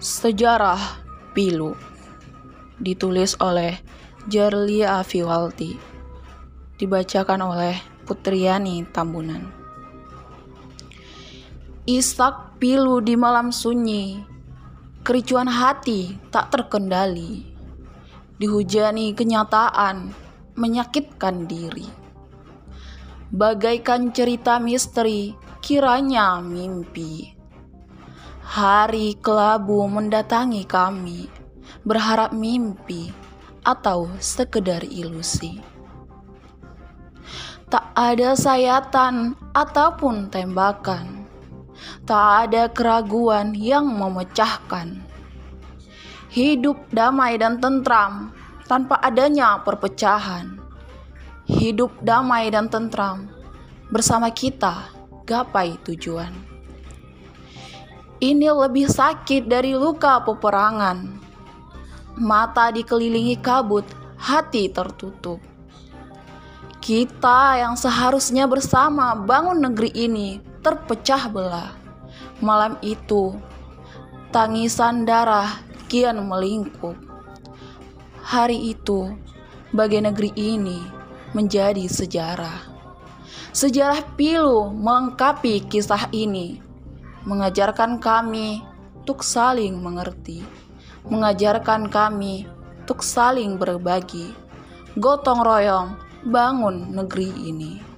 Sejarah Pilu ditulis oleh Jarlia Afiwalti, dibacakan oleh Putriani Tambunan. Isak pilu di malam sunyi, kericuan hati tak terkendali, dihujani kenyataan menyakitkan diri. Bagaikan cerita misteri, kiranya mimpi. Hari kelabu mendatangi kami, berharap mimpi atau sekedar ilusi. Tak ada sayatan ataupun tembakan, tak ada keraguan yang memecahkan. Hidup damai dan tentram tanpa adanya perpecahan. Hidup damai dan tentram bersama kita gapai tujuan. Ini lebih sakit dari luka peperangan. Mata dikelilingi kabut, hati tertutup. Kita yang seharusnya bersama bangun negeri ini terpecah belah. Malam itu, tangisan darah kian melingkup. Hari itu, bagi negeri ini menjadi sejarah. Sejarah pilu melengkapi kisah ini, mengajarkan kami untuk saling mengerti, mengajarkan kami untuk saling berbagi, gotong royong bangun negeri ini.